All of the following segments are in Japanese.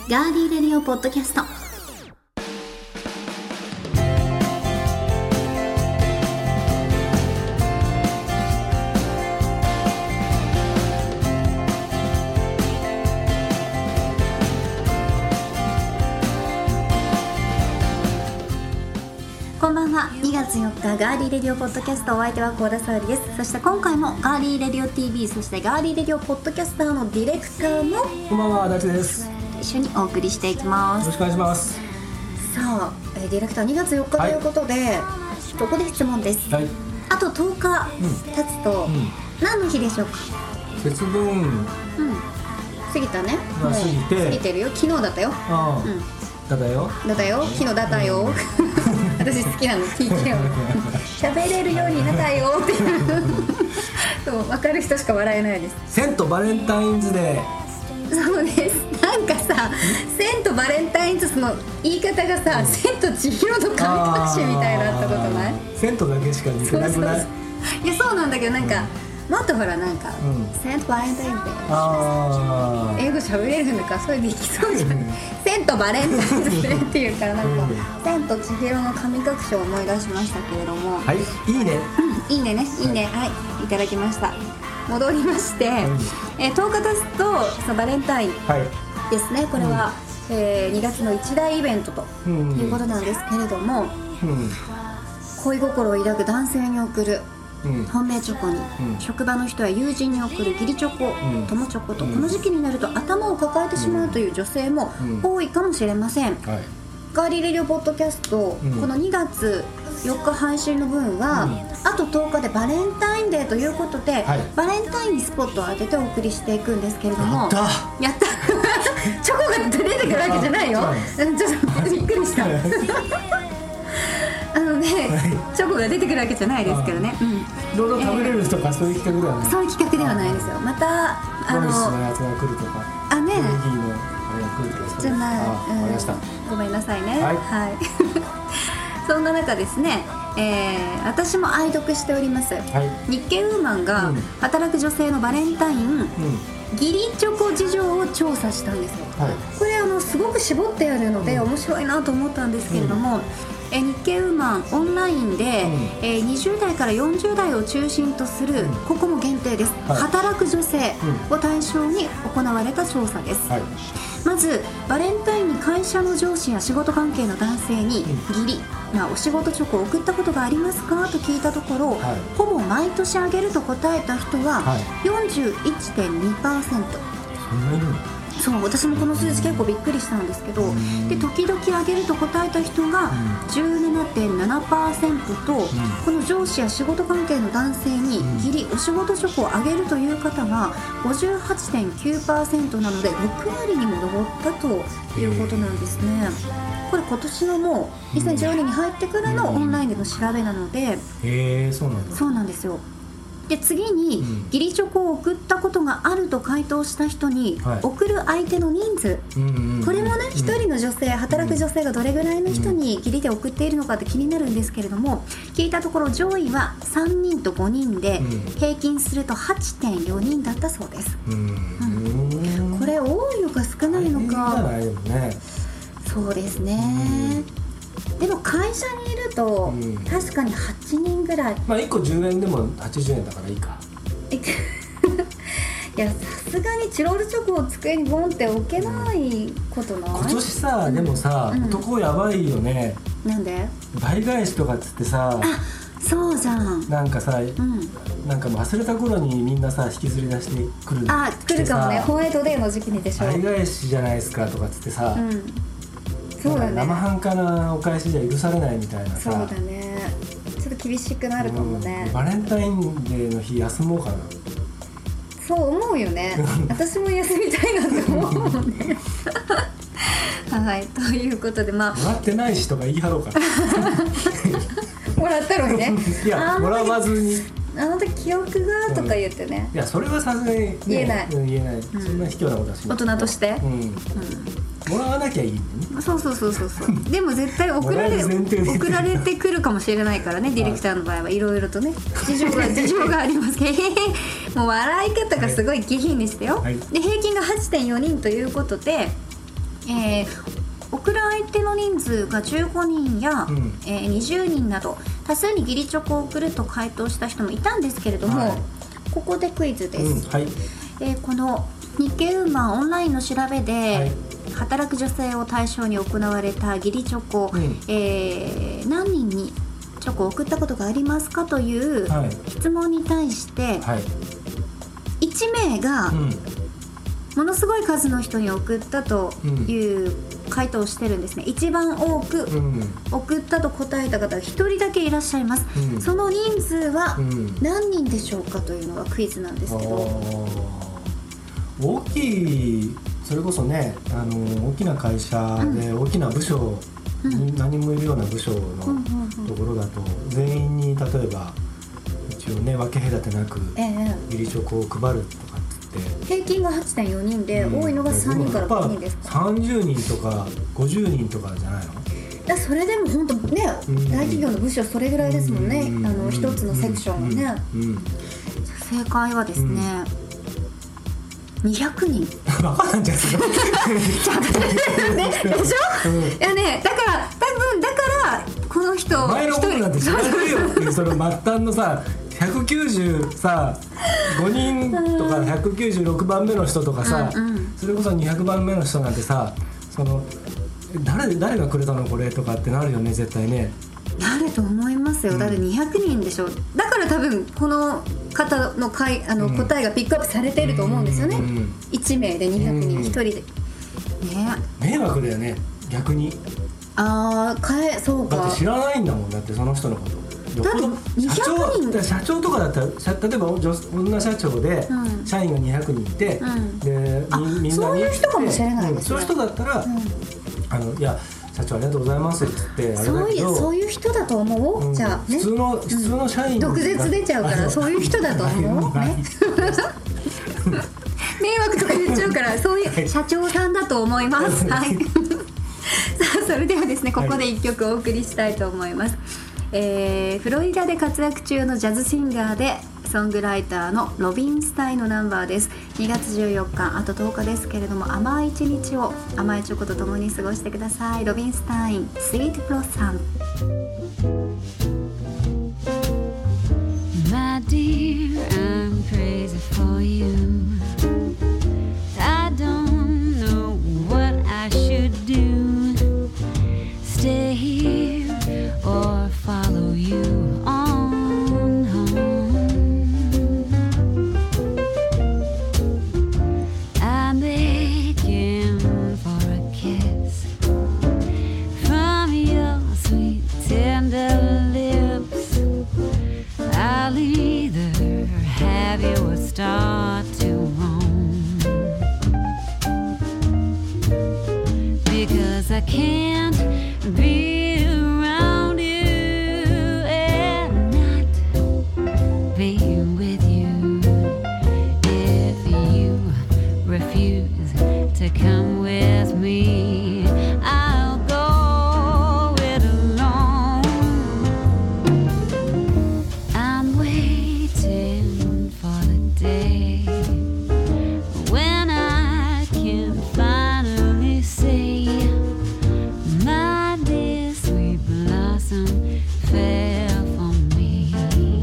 ガーリーレディオポッドキャスト。こんばんは。2月4日ガーリーレディオポッドキャスト、お相手は幸田沙織です。そして今回もガーリーレディオ TV、 そしてガーリーレディオポッドキャスターのディレクターのこんばんは、足立です。 一緒にお送りしていきます。 よろしくお願いします。 さあ、ディレクター2月4日ということで、ここで質問です、あと10日経つと、何の日でしょうか？ 節分、 過ぎたね。 過ぎてるよ。昨日だったよ。だったよ。昨日だったよ。私好きなの TK を喋れるようになったよっていうそう分かる人しか笑えないです。 セントバレンタインズデー。 そうです。なんかさ、セントバレンタインズの言い方がさ、セント千尋の神隠しみたいになったことない？ セントだけしか似てなくない？ いや、そうなんだけど、なんかもっとほら、なんか、セントバレンタインデー、英語喋れるのか、それできそうじゃん。セントバレンタインデーっていうから、なんか、セント千尋の神隠しを思い出しましたけれども、 はい、いいね、 いいねね、いいね、はい、いただきました。戻りまして、10日経つとそのバレンタインですね。これは、2月の一大イベントということなんですけれども、恋心を抱く男性に贈る本命チョコに、職場の人や友人に贈る義理チョコ、友チョコと、この時期になると頭を抱えてしまうという女性も多いかもしれません。ガーリーレディオポッドキャスト、この2月4日配信の分は、あと10日でバレンタインデーということで、バレンタインにスポットを当ててお送りしていくんですけれども、やったチョコが出てくるわけじゃないよ。ちょっとびっくりしたチョコが出てくるわけじゃないですけどね。 どうぞ食べれるとか、そういう企画ではない。 そういう企画ではないですよ。またロリスのやつが来るとか、ベルギーのあれが来るとか、 じゃない。ごめんなさいね。そんな中ですね、私も愛読しております、日経ウーマンが働く女性のバレンタイン、義理チョコ事情を調査したんですよ。これすごく絞ってあるので面白いなと思ったんですけれども、日経ウーマンオンラインで、20代から40代を中心とする、ここも限定です、働く女性を対象に行われた調査です。まずバレンタインに会社の上司や仕事関係の男性に義理、お仕事チョコを送ったことがありますかと聞いたところ、ほぼ毎年あげると答えた人は 41.2%。そう、私もこの数字結構びっくりしたんですけど、で時々あげると答えた人が 17.7% と、この上司や仕事関係の男性に義理お仕事チョコをあげるという方が 58.9% なので、6割にも上ったということなんですね。これ今年のもう2014年に入ってからのオンラインでの調べなので、そうなんですよ。で次に、義理チョコを送ったことがあると回答した人に、送る相手の人数、これもね、1人の女性、働く女性がどれぐらいの人に義理で送っているのかって気になるんですけれども、聞いたところ上位は3人と5人で、平均すると 8.4 人だったそうです。これ多いのか少ないのか、そうですね。でも会社にいると、確かに8人ぐらい、 1個10円でも80円だからいいか。 いや、さすがにチロルチョコを机にボンって置けないことない？ 今年さ、でもさ、男やばいよね。 なんで？ 倍返しとかっつってさ、 そうじゃん。 なんかさ、なんかもう忘れた頃にみんなさ、引きずり出してくる。 来るかもね。ホワイトデーの時期にでしょ。 倍返しじゃないですかとかっつってさ、 そうだね、 生半可なお返しじゃ許されないみたいなさ。 そうだね、ちょっと厳しくなるかもね。 バレンタインデーの日休もうかな。 そう思うよね。私も休みたいなって思うもんね。はい、ということで、もらってないしとか言い張ろうか。 もらったのにね。 いや、もらわずに、 あの時記憶がとか言ってね。 いや、それはさすがに言えない。 そんな卑怯なことはしない。 大人として。 もらわなきゃいいのに。 そうでも絶対送られてくるかもしれないからね。ディレクターの場合はいろいろとね、事情がありますけど。もう笑い方がすごい下品でしたよ。で平均が 8.4 人ということで、 送る相手の人数が15人や、20人など多数に義理チョコを送ると回答した人もいたんですけれども、ここでクイズです、この日経ウーマンオンラインの調べで、働く女性を対象に行われた義理チョコ、何人にチョコを送ったことがありますかという質問に対して、1名がものすごい数の人に送ったという回答をしてるんですね。一番多く送ったと答えた方が1人だけいらっしゃいます、その人数は何人でしょうかというのがクイズなんですけど、 大きい、それこそね、大きな会社で大きな部署、何人もいるような部署のところだと、全員に例えば一応ね分け隔てなく義理チョコを配るとかって平均が 8.4 人で、多いのが3人から5人ですか。 30人とか50人とかじゃないの？ だそれでも本当ね、大企業の部署それぐらいですもんね、一つのセクションはね、正解はですね、200人。 バカなんじゃないですか。 ね、でしょ、いやね、だからこの人前のことなんて知らないよっていう、その末端のさ195人とか196番目の人とかさ、それこそ200番目の人なんてさ、その誰がくれたのこれとかってなるよね、絶対ね。 なると思いますよ。だって200人でしょ。だから多分この方の答えがピックアップされていると思うんですよね、1名で200人、1人で、ね、 迷惑だよね、逆に。 そうか。 だって知らないんだもん、だってその人のこと。 だって200人社長とかだったら、例えば女社長で社員が200人いて、でみんなにそういう人かもしれないですね。 そういう人だったら、いや社長ありがとうございますって言って、あれだけどそういう人だと思う、じゃあ、ね、 普通の社員毒舌出ちゃうからそういう人だと思うね。迷惑とか言っちゃうからそういう社長さんだと思います。はい。さあ、それではですね、ここで1曲お送りしたいと思います。フロリダで活躍中のジャズシンガーでソングライターのロビン・スタインのナンバーです。2月14日、あと10日ですけれども、甘い一日を甘いチョコとともに過ごしてください。ロビン・スタイン、Sweet Blossom。 My dear, I'm crazy for you. I don't know what I should do. Stay here or follow you on home. I'm begging for a kiss from your sweet tender lips. I'll either have you or start to roam, because I can't be around you and not be with you. If you refuse to come with me, I'll go it alone. I'm waiting for the day when I can finally say, my dear sweet blossom fell for me.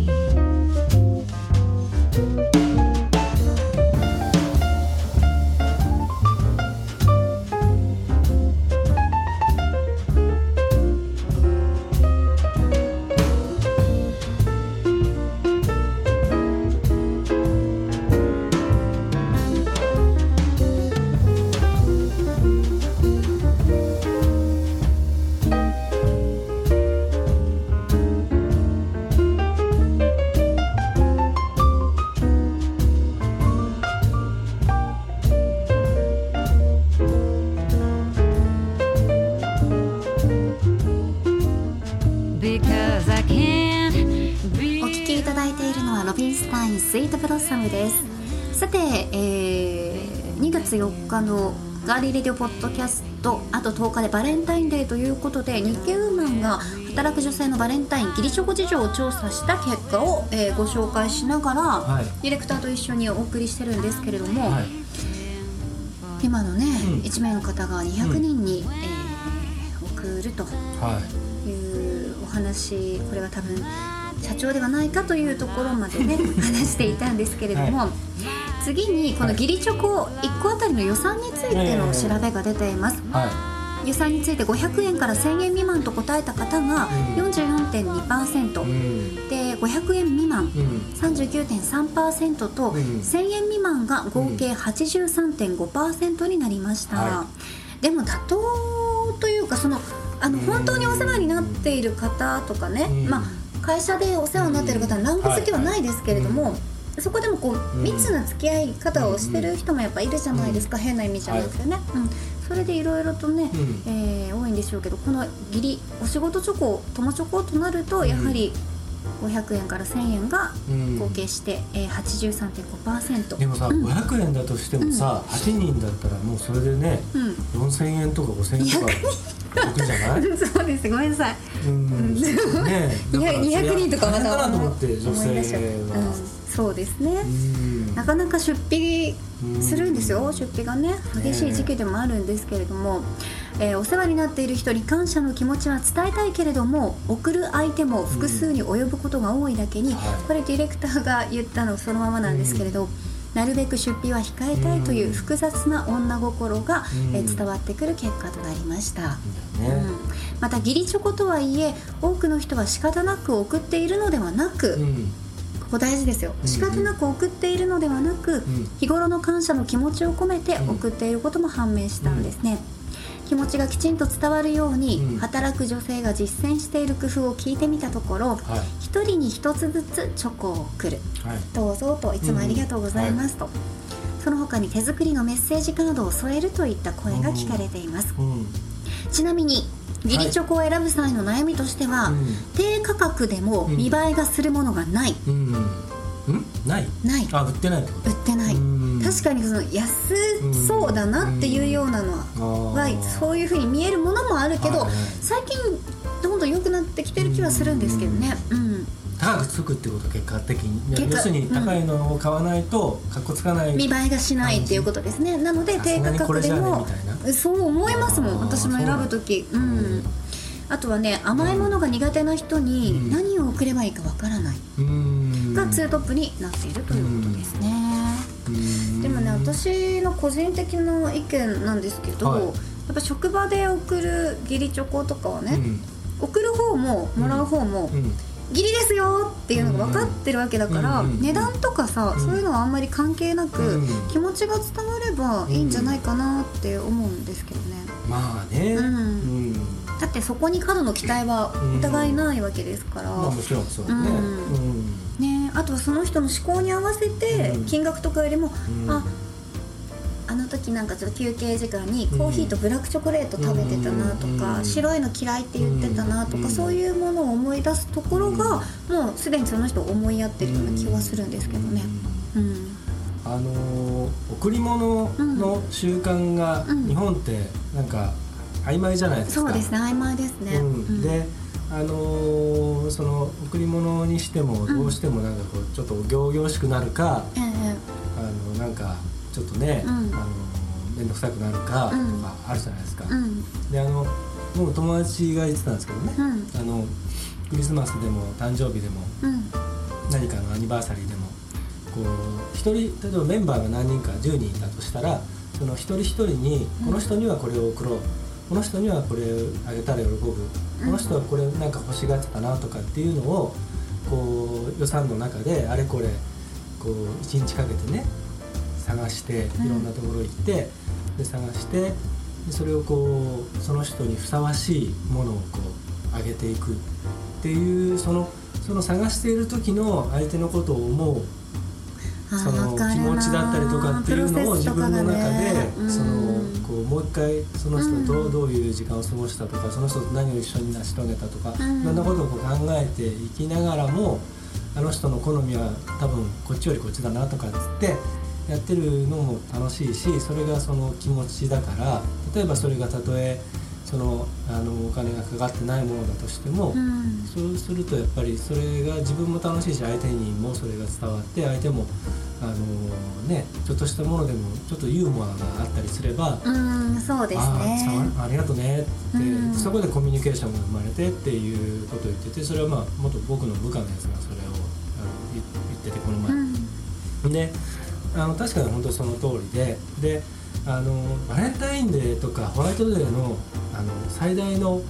Because I can't be。 お聴きいただいているのはロビン・スタイン、スイートブロッサムです。さて、2月4日のガーリーレディオポッドキャスト、あと10日でバレンタインデーということで、日経ウーマンが働く女性のバレンタイン義理チョコ事情を調査した結果を、ご紹介しながら、ディレクターと一緒にお送りしてるんですけれども、 今のね、1名の方が200人に、送るというお話、これは多分社長ではないかというところまでね話していたんですけれども、次にこの義理チョコ1個あたりの予算についての調べが出ています。予算について500円から1000円未満と答えた方が 44.2%、で500円未満 39.3% と、1000円未満が合計 83.5% になりました。でも妥当というか、本当にお世話になっている方とかね、会社でお世話になっている方はランク付けはないですけれども、そこでもこう密な付き合い方をしてる人もやっぱいるじゃないですか、変な意味じゃなくてね、それでいろいろとね、多いんでしょうけど、この義理お仕事チョコ友チョコとなるとやはり500円から1000円が合計して、83.5%。 でもさ、500円だとしてもさ、8人だったらもうそれでね、4000円とか5000円とかいくじゃないそうです、ごめんなさい。 ね、 200人とかまたと思って女性は、 そうですね、なかなか出費するんですよ。出費がね激しい時期でもあるんですけれども、お世話になっている人に感謝の気持ちは伝えたいけれども、送る相手も複数に及ぶことが多いだけに、これディレクターが言ったのそのままなんですけれど、なるべく出費は控えたいという複雑な女心が、伝わってくる結果となりました。また義理チョコとはいえ、多くの人は仕方なく送っているのではなく、ここ大事ですよ。仕方なく送っているのではなく、日頃の感謝の気持ちを込めて送っていることも判明したんですね。気持ちがきちんと伝わるように、働く女性が実践している工夫を聞いてみたところ、一人に一つずつチョコを送る、どうぞと、いつもありがとうございますと、その他に手作りのメッセージカードを添えるといった声が聞かれています。ちなみに義理チョコを選ぶ際の悩みとしては、低価格でも見栄えがするものがない、 ない売ってないってこと？ 売ってない。確かにその安そうだなっていうようなのは、そういう風に見えるものもあるけど、最近どんどん良くなってきてる気はするんですけどね。 高くつくってこと、結果的に要するに高いのを買わないとかっこつかない、 見栄えがしないっていうことですね。なので低価格でも、そう思いますもん、私も選ぶとき。あとはね、甘いものが苦手な人に何を送ればいいかわからないがツートップになっているということですね。でもね、私の個人的な意見なんですけど、やっぱ職場で送る義理チョコとかはね、送る方ももらう方も義理ですよっていうのが分かってるわけだから、値段とかさ、そういうのはあんまり関係なく、気持ちが伝わればいいんじゃないかなって思うんですけどね。 まあね、 だってそこに過度の期待はお互いないわけですから、 もちろんそうだね。 あとはその人の思考に合わせて、金額とかよりも、あの時なんかちょっと休憩時間にコーヒーとブラックチョコレート食べてたなとか、白いの嫌いって言ってたなとか、そういうものを思い出すところが、もうすでにその人を思いやってるような気はするんですけどね。 贈り物の習慣が日本ってなんか曖昧じゃないですか。 そうですね、曖昧ですね。 で、その贈り物にしてもどうしてもなんかこうちょっと仰々しくなるか、なんかちょっとね、面倒くさくなるかとかあるじゃないですか。で、僕友達が言ってたんですけどね、クリスマスでも誕生日でも、何かのアニバーサリーでも、こう一人、例えばメンバーが何人か10人だとしたら、その一人一人に、この人にはこれを贈ろう、この人にはこれあげたら喜ぶ、この人はこれなんか欲しがってたなとかっていうのを、こう予算の中であれこれこう1日かけてね探して、いろんなところ行って、で探して、でそれをこうその人にふさわしいものをこうあげていくっていう、その探している時の相手のことを思うその気持ちだったりとかっていうのを自分の中で、こうもう一回その人とどういう時間を過ごしたとか、その人と何を一緒に成し遂げたとか、いろんなことをこう考えていきながらも、あの人の好みは多分こっちよりこっちだなとかっつってやってるのも楽しいし、それがその気持ちだから、例えばそれがたとえお金がかかってないものだとしても、そうするとやっぱりそれが自分も楽しいし相手にもそれが伝わって相手もちょっとしたものでもちょっとユーモアがあったりすれば、 そうですね、 ありがとうねって、そこでコミュニケーションが生まれてっていうことを言ってて、それは元僕の部下のやつがそれを言っててこの前、で確かに本当その通りでバレンタインデーとかホワイトデーの最大の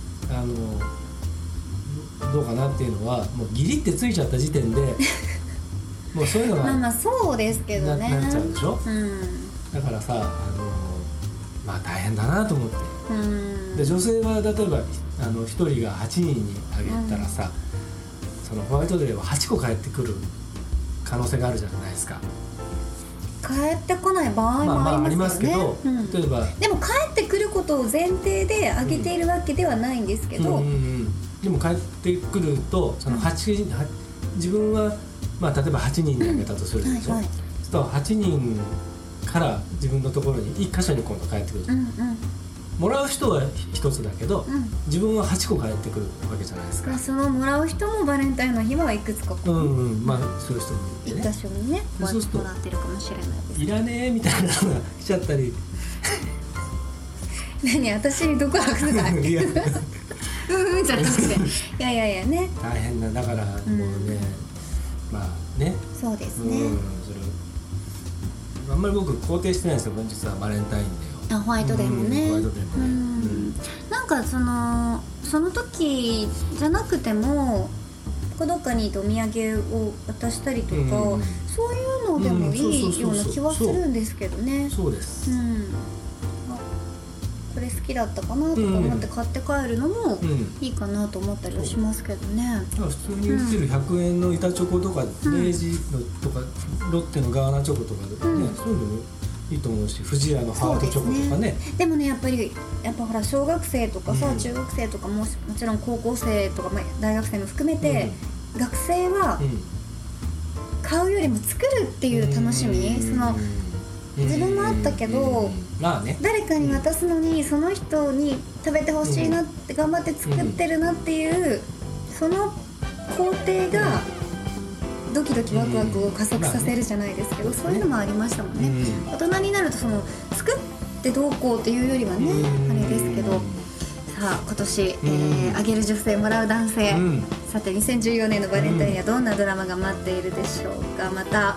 どうかなっていうのはもうギリってついちゃった時点でもうそういうのがまあそうですけどね、 なっちゃうでしょ、だからさ大変だなと思って、で女性は例えば1人が8人にあげたらさ、そのホワイトデーは8個返ってくる可能性があるじゃないですか。 帰ってこない場合もありますよね。 例えばでも帰ってくることを前提であげているわけではないんですけど、 でも帰ってくるとその自分は例えば8人にあげたとするでしょ、そうすると8人から自分のところに1箇所に今度帰ってくる、もらう人は1つだけど、自分は8個帰ってくるわけじゃないですか。 そのもらう人もバレンタインの日はいくつかそういう人もいてね、 1箇所にねもらってるかもしれないです。 いらねえみたいなのが来ちゃったり何私どこ開くのかいやじゃなくていやね大変だ。だからもうね、 そうですね、 それあんまり僕肯定してないんですよ実はバレンタインデーを。 ホワイトデーもね、なんかその時じゃなくてもどっかにいてお土産を渡したりとか、そういうのでもいいような気はするんですけどね。 そうです、 これ好きだったかなとか思って買って帰るのもいいかなと思ったりはしますけどね。 普通に売ってる100円の板チョコとか、明治のとかロッテのガーナチョコとかね、そういうのもいいと思うし、富士屋のハートチョコとかね。 でもねやっぱほら小学生とかさ、中学生とかもちろん高校生とか、大学生も含めて、学生は買うよりも作るっていう楽しみ、自分もあったけど、誰かに渡すのにその人に食べてほしいなって頑張って作ってるなっていうその工程がドキドキワクワクを加速させるじゃないですけど、そういうのもありましたもんね。大人になると作ってどうこうっていうよりはね、あれですけど、さあ今年、あげる女性もらう男性、さて2014年のバレンタインにはどんなドラマが待っているでしょうか。また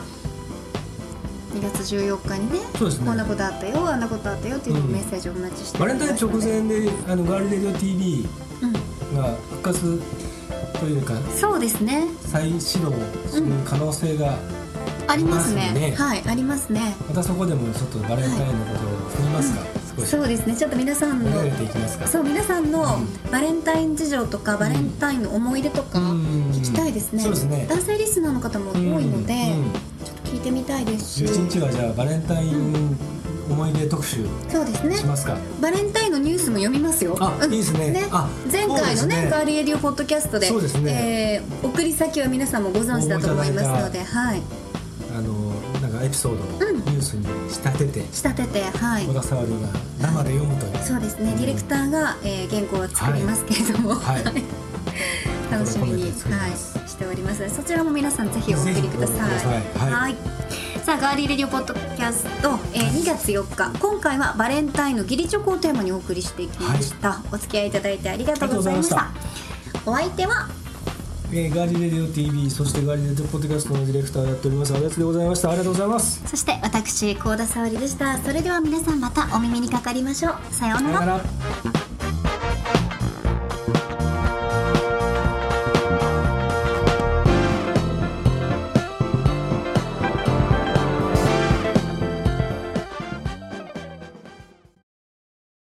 2月14日にね、こんなことあったよあんなことあったよっていうメッセージをお待ちしております。 バレンタイン直前でガーリレディオ TV が復活というか、 そうですね、 再始動する可能性がありますね。はい、ありますね。 またそこでもちょっとバレンタインのことを振りますか、少し。 そうですね、ちょっと皆さんの皆さんのバレンタイン事情とか、バレンタインの思い出とか聞きたいですね。 そうですね。 男性リスナーの方も多いので、ちょっと聞いてみたいですし、 11日はじゃあバレンタイン思い出特集しますか。 バレンタインのニュースも読みますよ。 いいですね。 前回のねガーリーレディオポッドキャストで、送り先は皆さんもご存知だと思いますので、 なんかエピソードをニュースに仕立てて、小田沙織が生で読むという。 そうですね、ディレクターが原稿を作りますけれども、楽しみにしておりますので、そちらも皆さんぜひお送りください。さあガーリーレディオポッドキャスト、2月4日、今回はバレンタインの義理チョコをテーマにお送りしていきました。お付き合いいただいてありがとうございました。お相手はガーリーレディオ TV、 そしてガーリーレディオポッドキャストのディレクターをやっておりますあやつでございました。ありがとうございます。 そして私幸田沙織でした。それでは皆さんまたお耳にかかりましょう。さようなら。